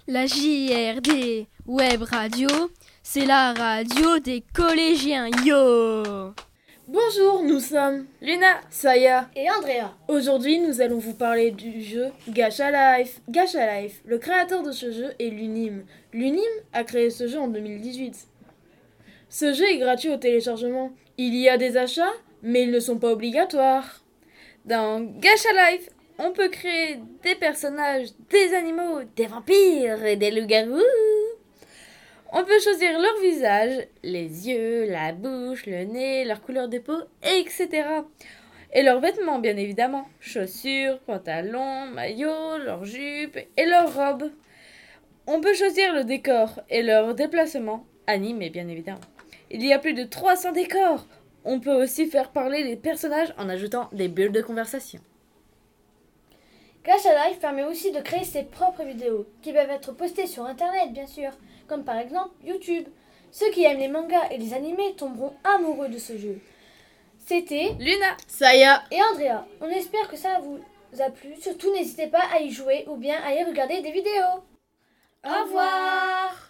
La JRD Web Radio, c'est la radio des collégiens. Yo! Bonjour, nous sommes Luna, Saya et Andrea. Aujourd'hui, nous allons vous parler du jeu Gacha Life. Gacha Life, le créateur de ce jeu est Lunim. Lunim a créé ce jeu en 2018. Ce jeu est gratuit au téléchargement. Il y a des achats, mais ils ne sont pas obligatoires. dans Gacha Life, on peut créer des personnages, des animaux, des vampires et des loups-garous. On peut choisir leur visage, les yeux, la bouche, le nez, leur couleur de peau, etc. Et leurs vêtements, bien évidemment. Chaussures, pantalons, maillots, leurs jupes et leurs robes. On peut choisir le décor et leur déplacement, animé bien évidemment. Il y a plus de 300 décors. On peut aussi faire parler les personnages en ajoutant des bulles de conversation. Gacha Life permet aussi de créer ses propres vidéos, qui peuvent être postées sur internet bien sûr, comme par exemple YouTube. Ceux qui aiment les mangas et les animés tomberont amoureux de ce jeu. C'était Luna, Saya et Andrea. On espère que ça vous a plu. Surtout n'hésitez pas à y jouer ou bien à y regarder des vidéos. au revoir.